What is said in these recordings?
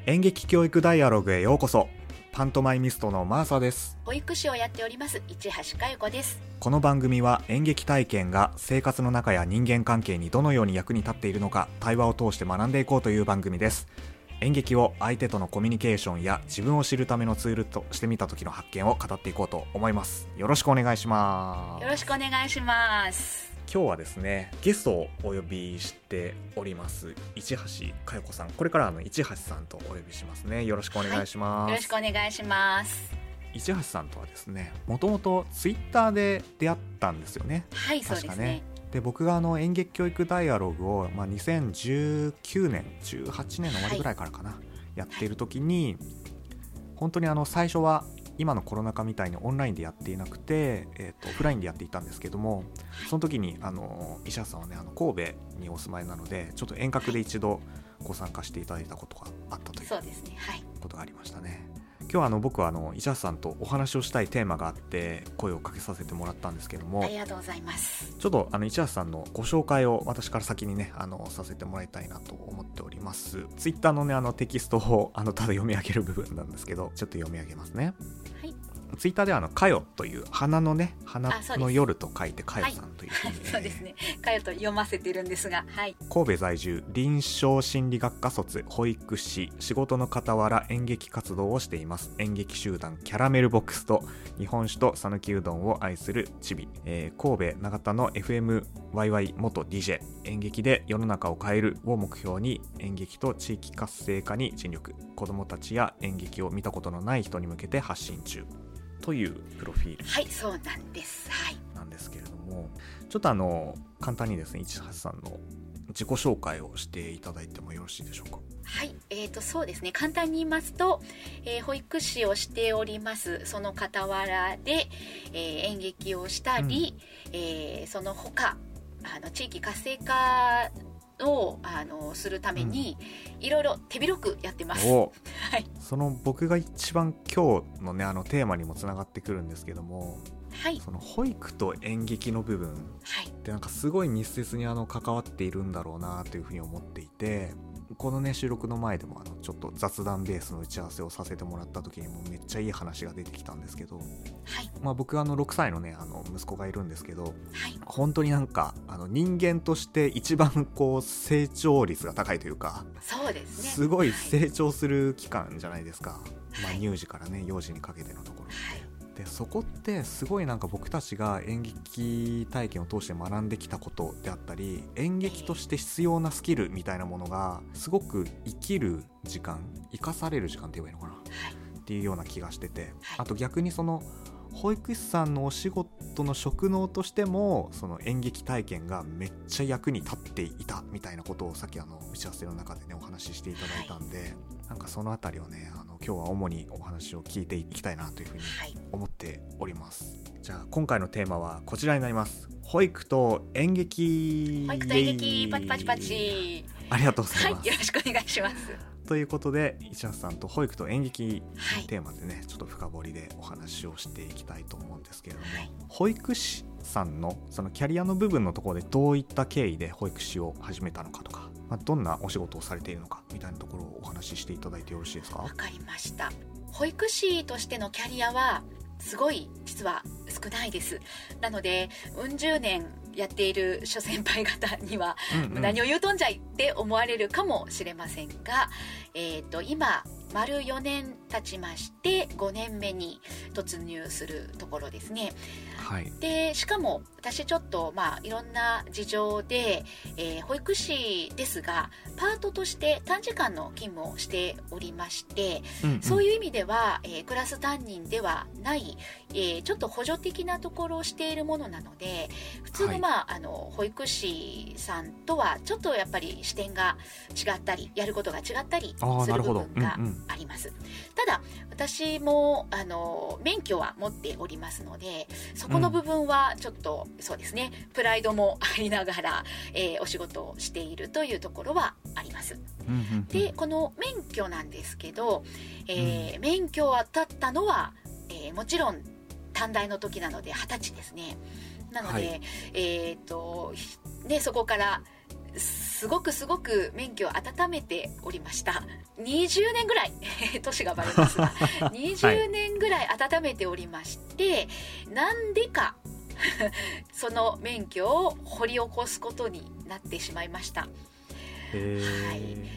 演劇教育ダイアログへようこそ。パントマイミストのマーサです。 保育士をやっております市橋佳代子です。 この番組は演劇体験が生活の中や人間関係にどのように役に立っているのか、対話を通して学んでいこうという番組です。演劇を相手とのコミュニケーションや自分を知るためのツールとしてみた時の発見を語っていこうと思います。よろしくお願いします。 よろしくお願いします。 今日はですね、ゲストをお呼びしております市橋佳代子さん。これから市橋さんとお呼びしますね。よろしくお願いします。 よろしくお願いします。 市橋さんとはですね、もともとツイッターで出会ったんですよね。 はい、そうですね。 で、僕が演劇教育ダイアログを、2019年18年の終わりぐらいからかな、やっている時に、本当に最初は今のコロナ禍みたいにオンラインでやっていなくて、オフラインでやっていたんですけども、その時に石橋さんはね、神戸にお住まいなので、ちょっと遠隔で一度ご参加していただいたことがあったということがありましたね。今日は僕は石橋さんとお話をしたいテーマがあって声をかけさせてもらったんですけども、 ありがとうございます。 ちょっと市橋さんのご紹介を私から先にねさせてもらいたいなと思っております。ツイッターのねテキストをただ読み上げる部分なんですけど、ちょっと読み上げますね。はい。ツイッターではかよという花のね、花の夜と書いてかよさんというふうに、 そうですね、かよと読ませてるんですが、はい、 神戸在住、臨床心理学科卒、保育士、仕事の傍ら演劇活動をしています。演劇集団キャラメルボックスと日本酒と讃岐うどんを愛するチビ、神戸長田の FMYY 元 DJ、 演劇で世の中を変えるを目標に演劇と地域活性化に尽力、子どもたちや演劇を見たことのない人に向けて発信中というプロフィール。 はい、そうなんです。はい。 なんですけれども、ちょっと簡単にですね、市橋さんの自己紹介をしていただいてもよろしいでしょうか。 はい、そうですね、簡単に言いますと、保育士をしております。その傍らで、演劇をしたり、その他地域活性化をするためにいろいろ手広くやってます。はい、 その僕が一番今日のねテーマにもつながってくるんですけども、 はい、 その保育と演劇の部分ってなんかすごい密接に関わっているんだろうなというふうに思っていて、このね収録の前でもちょっと雑談ベースの打ち合わせをさせてもらった時にもめっちゃいい話が出てきたんですけど、はい、僕6歳のね息子がいるんですけど、はい、本当になんか人間として一番こう成長率が高いというか、 そうですね、 すごい成長する期間じゃないですか、はい、乳児からね幼児にかけてのところって、はい、でそこってすごいなんか僕たちが演劇体験を通して学んできたことであったり、演劇として必要なスキルみたいなものがすごく生きる時間、生かされる時間って言えばいいのかな、はい、っていうような気がしてて、はい、あと逆にその保育士さんのお仕事の職能としてもその演劇体験がめっちゃ役に立っていたみたいなことをさっき打ち合わせの中でねお話ししていただいたんで、はい、なんかそのあたりをね今日は主にお話を聞いていきたいなというふうに思っております、はい、じゃあ今回のテーマはこちらになります。保育と演劇。 保育と演劇パチパチパチ。 ありがとうございます、 はい、よろしくお願いします。 ということで市橋さんと保育と演劇のテーマでね、ちょっと深掘りでお話をしていきたいと思うんですけれども、はい、保育士さんのそのキャリアの部分のところでどういった経緯で保育士を始めたのかとか、どんなお仕事をされているのかみたいなところをお話ししていただいてよろしいですか。 わかりました。保育士としてのキャリアはすごい実は少ないです。なのでうん十年やっている諸先輩方には、何を言うとんじゃいって思われるかもしれませんが、今丸4年経ちまして5年目に突入するところですね、はい、でしかも私ちょっといろんな事情で、保育士ですがパートとして短時間の勤務をしておりまして、そういう意味では、クラス担任ではない、ちょっと補助的なところをしているものなので、普通の、保育士さんとはちょっとやっぱり視点が違ったりやることが違ったりする部分があります。ただ私も免許は持っておりますので、そこの部分はちょっと、そうですね、プライドもありながら、お仕事をしているというところはあります、でこの免許なんですけど、免許は取ったのは、もちろん短大の時なので20歳ですね。なので、そこからすごく免許を温めておりました。20年ぐらい年がバレますが20年ぐらい温めておりまして、なんでかその免許を掘り起こすことになってしまいました。はい、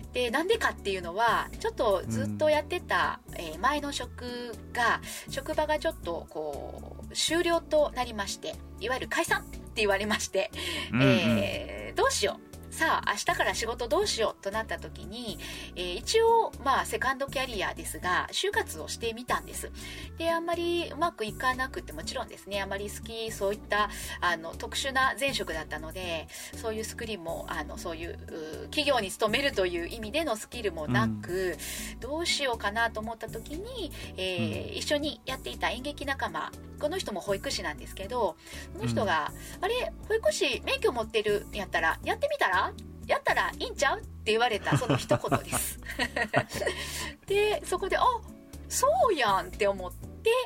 でなんでかっていうのは、ちょっとずっとやってた、前の職場がちょっとこう終了となりまして、いわゆる解散って言われまして、どうしよう、さあ明日から仕事どうしようとなった時に、一応セカンドキャリアですが就活をしてみたんです。であんまりうまくいかなくて、もちろんですね、あまりそういった特殊な前職だったので、そういうスキルもそういう企業に勤めるという意味でのスキルもなく、どうしようかなと思った時に、一緒にやっていた演劇仲間、この人も保育士なんですけど、この人が、あれ保育士免許持ってるんやったらやってみたら、やったらいいんちゃうって言われたその一言ですでそこでそうやんって思って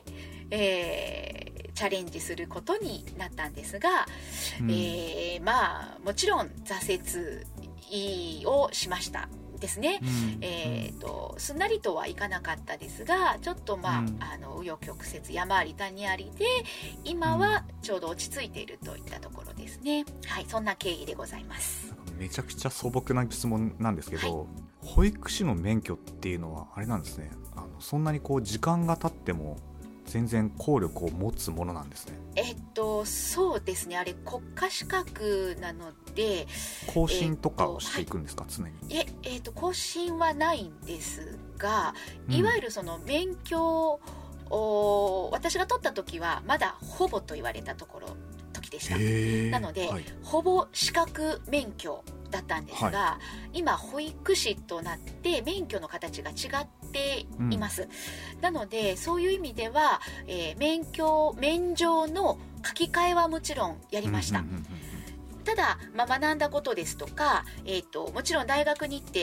、チャレンジすることになったんですが、もちろん挫折をしましたですね。すんなりとはいかなかったですが、ちょっと紆余曲折、山あり谷ありで今はちょうど落ち着いているといったところですね。はい、そんな経緯でございます。 めちゃくちゃ素朴な質問なんですけど、保育士の免許っていうのはあれなんですね、そんなにこう時間が経っても全然効力を持つものなんですね。 そうですね、あれ国家資格なので更新とかをしていくんですか、常に。 更新はないんですが、いわゆるその免許を私が取った時はまだほぼと言われた時でした。なので、ほぼ資格免許だったんですが、今保育士となって免許の形が違っています。なのでそういう意味では、免状の書き換えはもちろんやりました。ただ、学んだことですとか、もちろん大学に行って、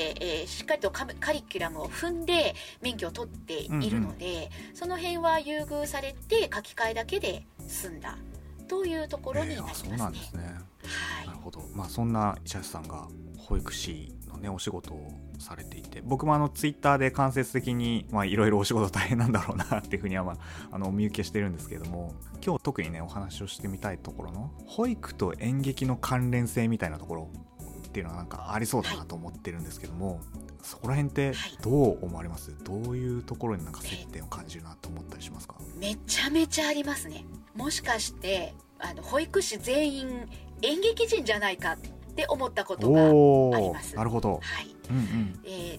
しっかりとカリキュラムを踏んで免許を取っているので、その辺は優遇されて書き換えだけで済んだというところになりますね。 そうなんですね。 はい、 なるほど。そんな石橋さんが保育士のねお仕事をされていて、僕もツイッターで間接的にいろいろお仕事大変なんだろうなっていうふうにはお見受けしてるんですけれども、今日特にねお話をしてみたいところの保育と演劇の関連性みたいなところっていうのはなんかありそうだなと思ってるんですけども、そこら辺ってどう思われます？どういうところになんか接点を感じるなと思ったりしますか？ めちゃめちゃありますね。もしかして保育士全員演劇人じゃないかって思ったことがあります。 なるほど。 はい。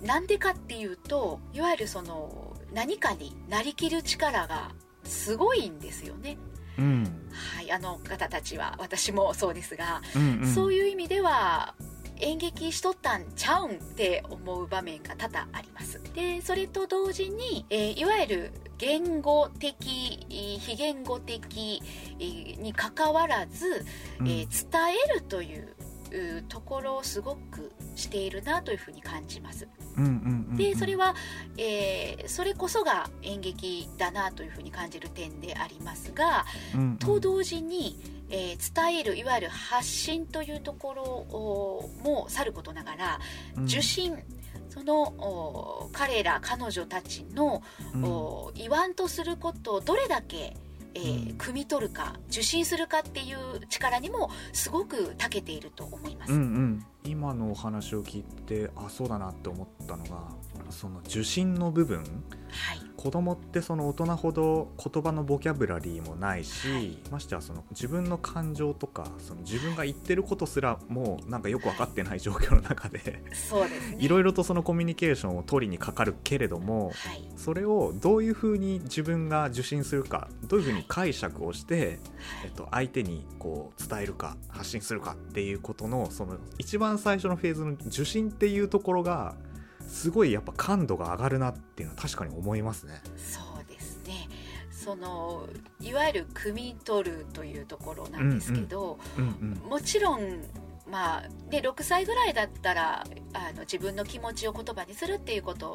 なんでかっていうと、いわゆるその何かになりきる力がすごいんですよね。はい、方たちは、私もそうですが、そういう意味では演劇しとったんちゃうんって思う場面が多々あります。でそれと同時に、いわゆる言語的非言語的に関わらず、伝えるというところをすごくしているなというふうに感じます。でそれは、それこそが演劇だなというふうに感じる点でありますが、と同時に、伝える、いわゆる発信というところもさることながら、受信、その彼女たちの、言わんとすることをどれだけ汲み取るか、受信するかっていう力にもすごく長けていると思います。 今のお話を聞いてそうだなって思ったのが、その受信の部分、子供ってその大人ほど言葉のボキャブラリーもないし、ましてはその自分の感情とかその自分が言ってることすらもうなんかよく分かってない状況の中で、 そうですね、 いろいろとそのコミュニケーションを取りにかかるけれども、それをどういうふうに自分が受信するか、どういうふうに解釈をして、相手にこう伝えるか発信するかっていうことのその一番最初のフェーズの受信っていうところがすごいやっぱ感度が上がるなっていうのは確かに思いますね。 そうですね。そのいわゆる汲み取るというところなんですけど、もちろんで6歳ぐらいだったら自分の気持ちを言葉にするっていうこと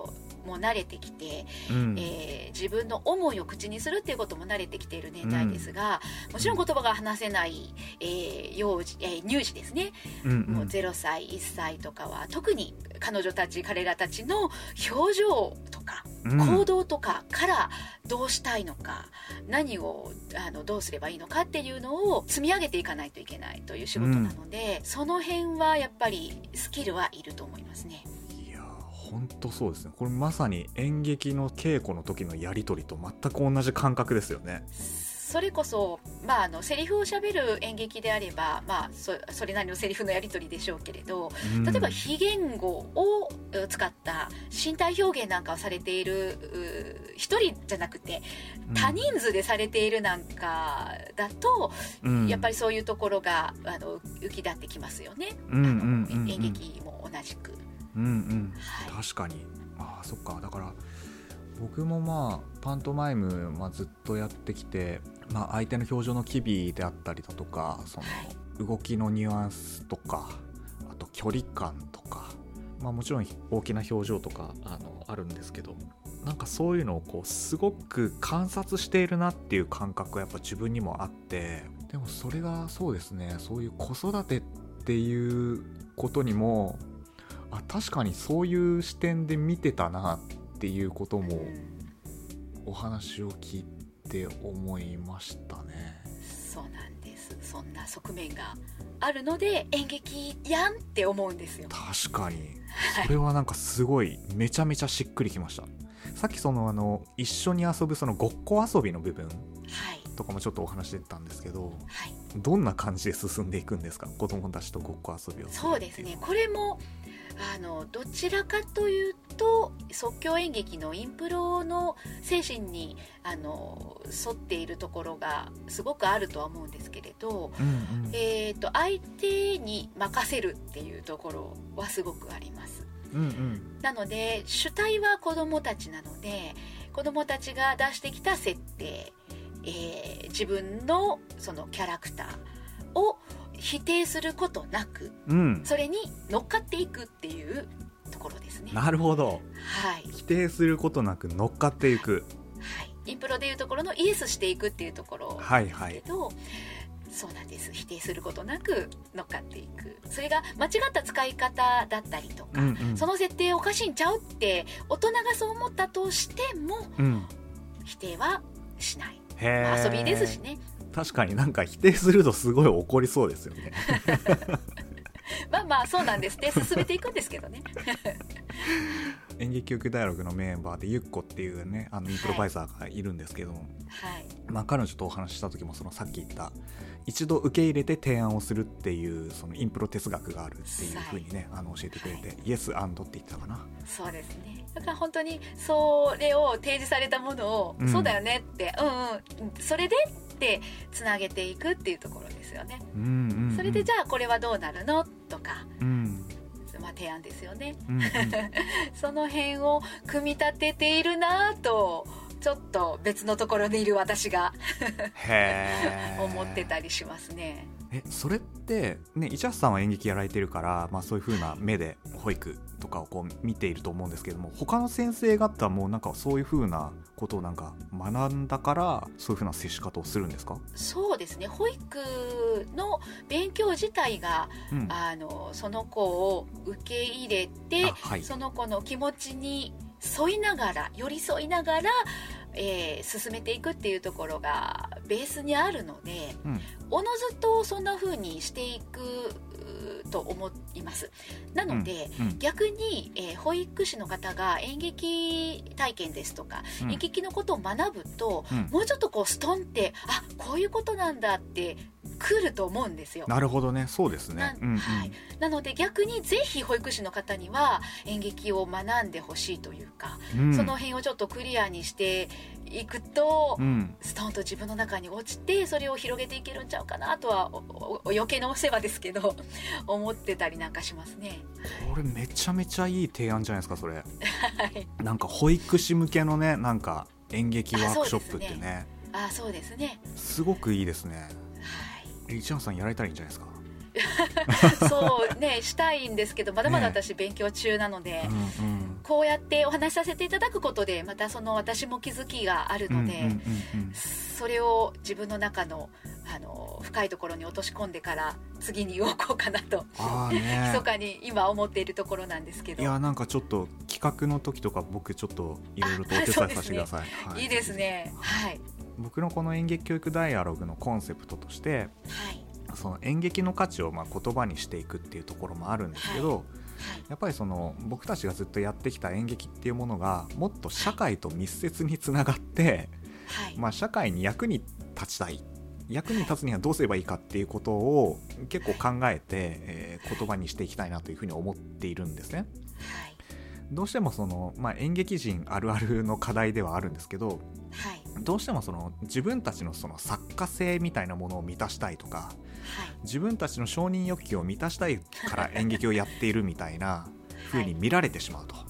もう慣れてきて、 うん自分の思いを口にするっていうことも慣れてきている年代ですが、もちろん言葉が話せない、幼児、乳児ですね、 うんうんもう0歳1歳とかは特に彼らたちの表情とか行動とかからどうしたいのか、何をどうすればいいのかっていうのを積み上げていかないといけないという仕事なので、その辺はやっぱりスキルはいると思いますね。 いや本当そうですね。これまさに演劇の稽古の時のやり取りと全く同じ感覚ですよね。 それこそ、セリフをしゃべる演劇であれば、それなりのセリフのやり取りでしょうけれど、例えば非言語を使った身体表現なんかをされている一人じゃなくて多人数でされているなんかだと、やっぱりそういうところが浮き立ってきますよね。演劇も同じく、はい、 確かに。そっか。だから僕もパントマイム、ずっとやってきて、相手の表情の機微であったりだとか、その動きのニュアンスとか、あと距離感とか、もちろん大きな表情とかあるんですけど、なんかそういうのをこうすごく観察しているなっていう感覚がやっぱ自分にもあって、でもそれがそうですね、そういう子育てっていうことにも確かにそういう視点で見てたなっていうこともお話を聞いて思いましたね。 そうなんです。そんな側面があるので演劇やんって思うんですよ。 確かにそれはなんかすごいめちゃめちゃしっくりきました。さっき一緒に遊ぶそのごっこ遊びの部分とかもちょっとお話出てたんですけど、どんな感じで進んでいくんですか、子供たちとごっこ遊びをする。 そうですね、これもどちらかというと即興演劇のインプロの精神に沿っているところがすごくあるとは思うんですけれど、相手に任せるっていうところはすごくあります。なので主体は子どもたちなので、子どもたちが出してきた設定、自分のそのキャラクターを否定することなく、それに乗っかっていくっていうところですね。 なるほど、否定することなく乗っかっていく、 インプロでいうところのイエスしていくっていうところですけど、そうなんです。否定することなく乗っかっていく。それが間違った使い方だったりとか、その設定おかしいんちゃうって大人がそう思ったとしても、否定はしない。遊びですしね。 確かになんか否定するとすごい怒りそうですよね。 そうなんですね。進めていくんですけどね。 演劇教育ダイアログのメンバーでゆっこっていうね、インプロバイザーがいるんですけども、彼女とお話しした時もさっき言った一度受け入れて提案をするっていうそのインプロ哲学があるっていう風にね、教えてくれて、イエス&って言ってたかな。 そうですね。だから本当にそれを提示されたものを、そうだよねって、それでってつなげていくっていうところですよね。それでじゃあこれはどうなるのとか、提案ですよね。その辺を組み立てているなと、ちょっと別のところにいる私が思ってたりしますね。 それってね、市橋さんは演劇やられてるから、そういう風な目で保育とかをこう見ていると思うんですけども、他の先生方もなんかそういう風なことをなんか学んだからそういう風な接し方をするんですか？ そうですね、保育の勉強自体が、その子を受け入れて、その子の気持ちに沿いながら寄り添いながら、進めていくっていうところがベースにあるので、おのずとそんな風にしていくと思います。なので、逆に、保育士の方が演劇体験ですとか、演劇のことを学ぶと、もうちょっとこうストンって、こういうことなんだって来ると思うんですよ。 なるほどね、そうですね。 なので逆にぜひ保育士の方には演劇を学んでほしいというか、その辺をちょっとクリアにしていくと、ストンと自分の中に落ちて、それを広げていけるんちゃうかなとは余計なお世話ですけど思ってたりなんかしますね。 これめちゃめちゃいい提案じゃないですか、それ。なんか保育士向けのね、なんか演劇ワークショップってね。 そうですね。 すごくいいですね。市原さんやられたらいいんじゃないですか。 そうね、したいんですけど、まだまだ私勉強中なので、 こうやってお話しさせていただくことでまたその私も気づきがあるので、それを自分の中の深いところに落とし込んでから次に動こうかなと密かに今思っているところなんですけど。 いやなんかちょっと企画の時とか僕ちょっといろいろとお手伝いさせてください。 はい、いいですね。はい、 僕のこの演劇教育ダイアログのコンセプトとして、はい、その演劇の価値を言葉にしていくっていうところもあるんですけど、はい、やっぱりその僕たちがずっとやってきた演劇っていうものがもっと社会と密接につながって、はい、社会に役に立ちたい、役に立つにはどうすればいいかっていうことを結構考えて、言葉にしていきたいなというふうに思っているんですね。はい、どうしてもその、演劇人あるあるの課題ではあるんですけど、はい、どうしてもその自分たちのその作家性みたいなものを満たしたいとか、はい、自分たちの承認欲求を満たしたいから演劇をやっているみたいな風に見られてしまうと、はい、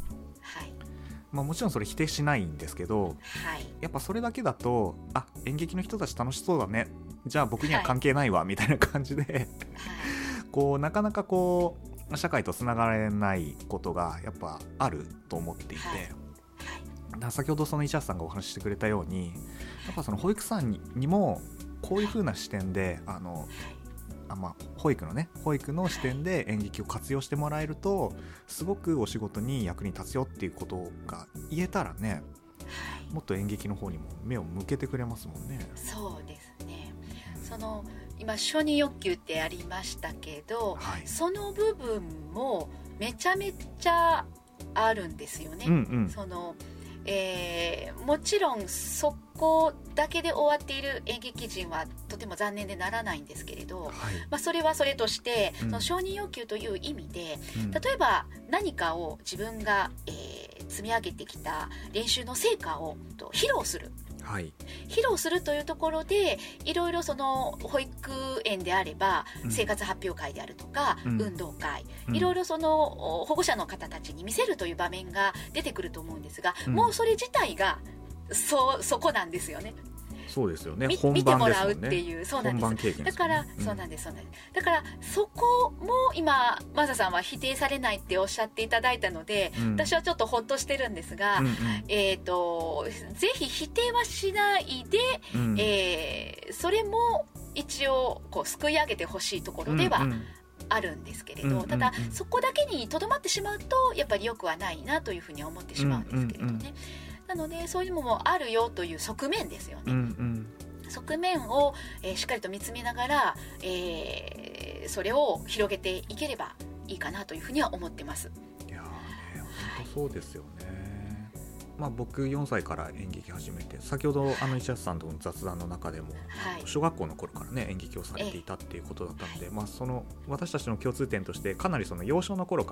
もちろんそれ否定しないんですけど、はい、やっぱそれだけだと演劇の人たち楽しそうだね、じゃあ僕には関係ないわ、みたいな感じでこうなかなかこう社会とつながれないことがやっぱあると思っていて、はい、先ほどその石橋さんがお話ししてくれたようにやっぱその保育士さんにもこういう風な視点で保育の視点で演劇を活用してもらえるとすごくお仕事に役に立つよっていうことが言えたらね、もっと演劇の方にも目を向けてくれますもんね。 そうですね。その今承認欲求ってありましたけど、はい、その部分もめちゃめちゃあるんですよね。そのもちろんそこだけで終わっている演劇人はとても残念でならないんですけれど、はい、それはそれとして、その承認欲求という意味で、例えば何かを自分が、積み上げてきた練習の成果を披露する、はい、披露するというところでいろいろその保育園であれば生活発表会であるとか、運動会、いろいろその保護者の方たちに見せるという場面が出てくると思うんですが、もうそれ自体がそこなんですよね。 そうですよね。 見てもらうっていう、そうなんです。 本番経験ですね。 だから、そうなんです、そうなんです。だからそこも今マサさんは否定されないっておっしゃっていただいたので、私はちょっとほっとしてるんですが、ぜひ否定はしないで、それも一応こうすくい上げてほしいところではあるんですけれど、ただそこだけにとどまってしまうとやっぱり良くはないなというふうに思ってしまうんですけれどね。なのでそういうのもあるよという側面ですよね。側面を、しっかりと見つめながら、それを広げていければいいかなというふうには思ってます。 いやー、本当そうですよね。僕4歳から演劇始めて、先ほど石橋さんとの雑談の中でも、小学校の頃からね演劇をされていたっていうことだったので、その私たちの共通点としてかなりその幼少の頃から、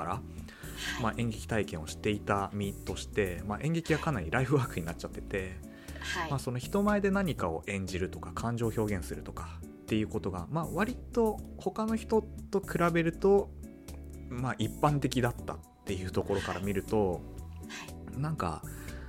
演劇体験をしていた身として、演劇がかなりライフワークになっちゃってて、その人前で何かを演じるとか感情を表現するとかっていうことが、割と他の人と比べると、一般的だったっていうところから見ると、なんか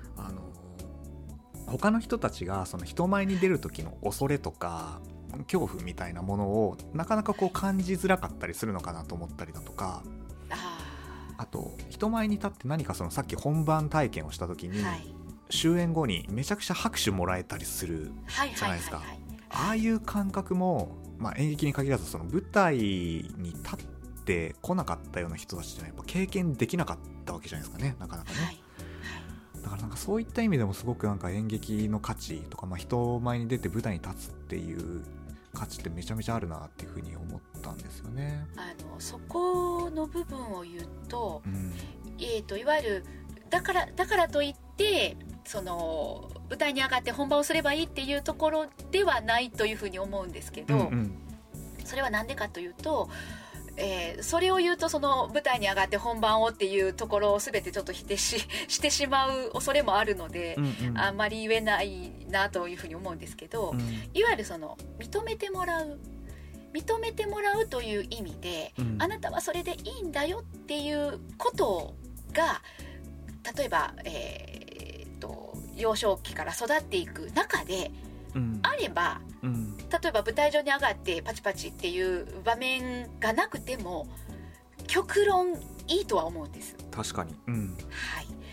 他の人たちがその人前に出る時の恐れとか恐怖みたいなものをなかなかこう感じづらかったりするのかなと思ったりだとか、あと人前に立って何かそのさっき本番体験をした時に、終演後にめちゃくちゃ拍手もらえたりするじゃないですか。ああいう感覚も、演劇に限らずその舞台に立ってこなかったような人たちってやっぱ経験できなかったわけじゃないですかね、なかなかね。だからなんかそういった意味でもすごくなんか演劇の価値とか、人前に出て舞台に立つっていう価値ってめちゃめちゃあるなっていうふうに思ったんですよね。 そこの部分を言うと、いわゆるだからといってその舞台に上がって本番をすればいいっていうところではないというふうに思うんですけど、それはなんでかというと、それを言うとその舞台に上がって本番をっていうところを全てちょっと否定してしまう恐れもあるので、あんまり言えないなというふうに思うんですけど、いわゆるその認めてもらうという意味で、あなたはそれでいいんだよっていうことが例えば、幼少期から育っていく中であれば、例えば舞台上に上がってパチパチっていう場面がなくても極論いいとは思うんです。 確かに、 はい。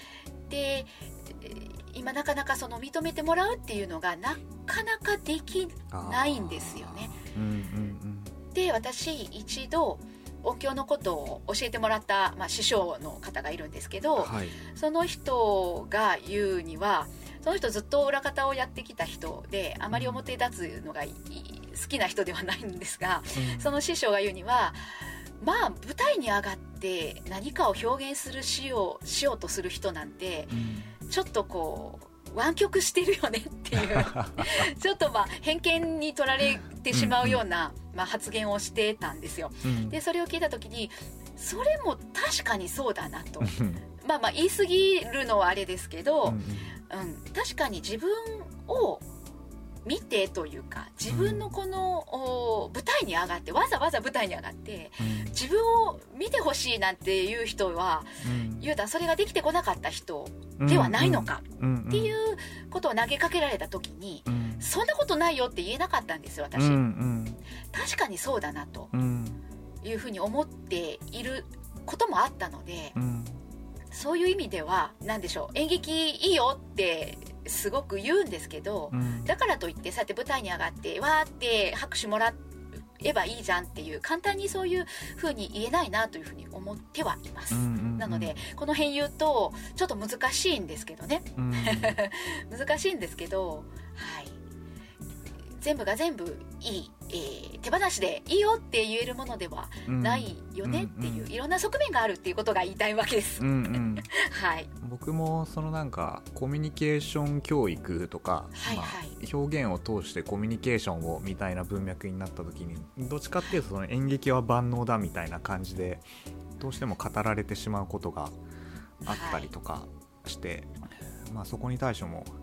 で今なかなかその認めてもらうっていうのがなかなかできないんですよね。で私一度音響のことを教えてもらった、師匠の方がいるんですけど、 はい、 その人が言うには、その人ずっと裏方をやってきた人であまり表立つのが好きな人ではないんですが、その師匠が言うには、舞台に上がって何かを表現しようとする人なんて、ちょっとこう湾曲してるよねっていうちょっと偏見に取られてしまうような、発言をしてたんですよ。でそれを聞いた時に、それも確かにそうだなと言い過ぎるのはあれですけど、確かに自分を見てというか、自分のこの舞台に上がって、わざわざ舞台に上がって自分を見てほしいなんていう人は、言うたらそれができてこなかった人ではないのかっていうことを投げかけられた時に、そんなことないよって言えなかったんですよ、私。確かにそうだなというふうに思っていることもあったので、そういう意味では何でしょう、演劇いいよってすごく言うんですけど、だからといってそうやって舞台に上がってわーって拍手もらえばいいじゃんっていう、簡単にそういう風に言えないなというふうに思ってはいます。なのでこの辺言うとちょっと難しいんですけどね、難しいんですけど、はい、全部が全部いい、手放しでいいよって言えるものではないよねっていう、いろんな側面があるっていうことが言いたいわけです。はい、 僕もそのなんかコミュニケーション教育とか、表現を通してコミュニケーションをみたいな文脈になった時に、どっちかっていうとその演劇は万能だみたいな感じでどうしても語られてしまうことがあったりとかして、そこに対しても、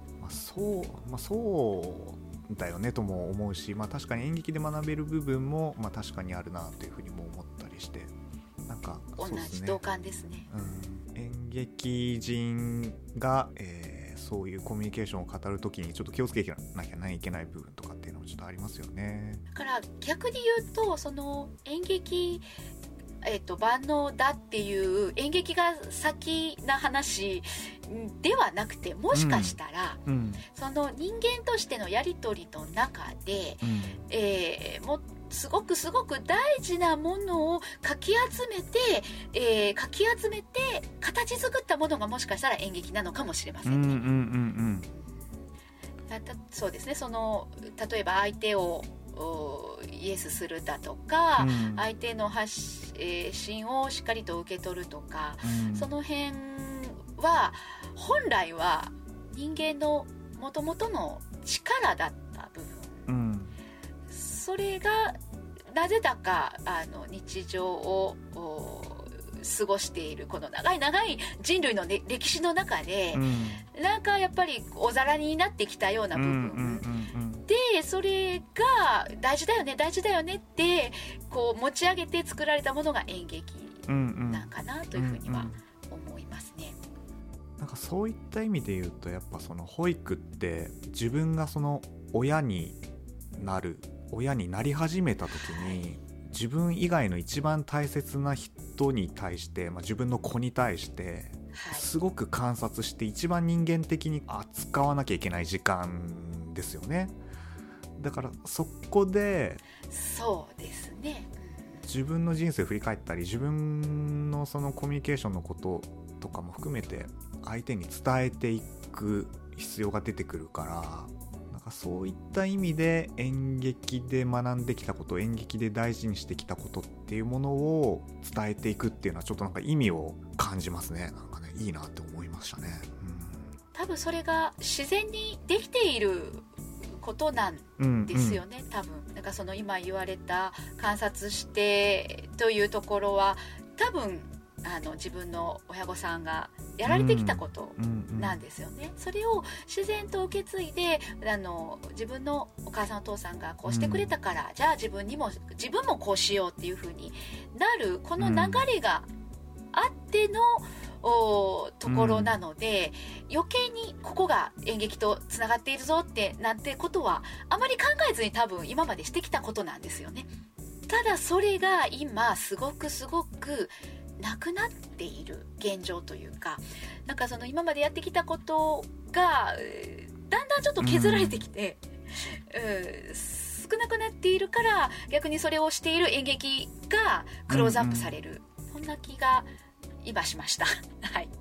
そうだよねとも思うし、確かに演劇で学べる部分も、確かにあるなというふうにも思ったりして、なんか同じ同感ですね。 演劇人が、そういうコミュニケーションを語るときにちょっと気をつけなきゃいけない部分とかっていうのもちょっとありますよね。 だから逆に言うと、その演劇万能だっていう演劇が先な話ではなくて、もしかしたら、その人間としてのやり取りの中で、もうすごく大事なものをかき集めて形作ったものがもしかしたら演劇なのかもしれませんね。そうですね。その例えば相手をイエスするだとか、相手の発信をしっかりと受け取るとか、その辺は本来は人間の元々の力だった部分、それがなぜだか日常を過ごしているこの長い人類の、歴史の中で、なんかやっぱりおざらになってきたような部分で、それが大事だよねってこう持ち上げて作られたものが演劇なんかなというふうには思いますね。 なんかそういった意味で言うと、やっぱその保育って自分がその親になり始めた時に、自分以外の一番大切な人に対して、自分の子に対してすごく観察して、一番人間的に扱わなきゃいけない時間ですよね。だからそこで、 そうですね、 自分の人生を振り返ったり、自分のそのコミュニケーションのこととかも含めて相手に伝えていく必要が出てくるから、なんかそういった意味で演劇で学んできたこと、演劇で大事にしてきたことっていうものを伝えていくっていうのは、ちょっとなんか意味を感じますね。なんかね、いいなって思いましたね。 多分それが自然にできていることなんですよね、多分。なんかその今言われた観察してというところは、多分自分の親御さんがやられてきたことなんですよね。それを自然と受け継いで、自分のお母さんお父さんがこうしてくれたから、じゃあ自分もこうしようっていう風になる、この流れがあってのところなので、余計にここが演劇とつながっているぞってなんてことはあまり考えずに多分今までしてきたことなんですよね。ただそれが今すごくなくなっている現状というか、なんかその今までやってきたことがだんだんちょっと削られてきて、少なくなっているから、逆にそれをしている演劇がクローズアップされる、そんな気が今しましたはい。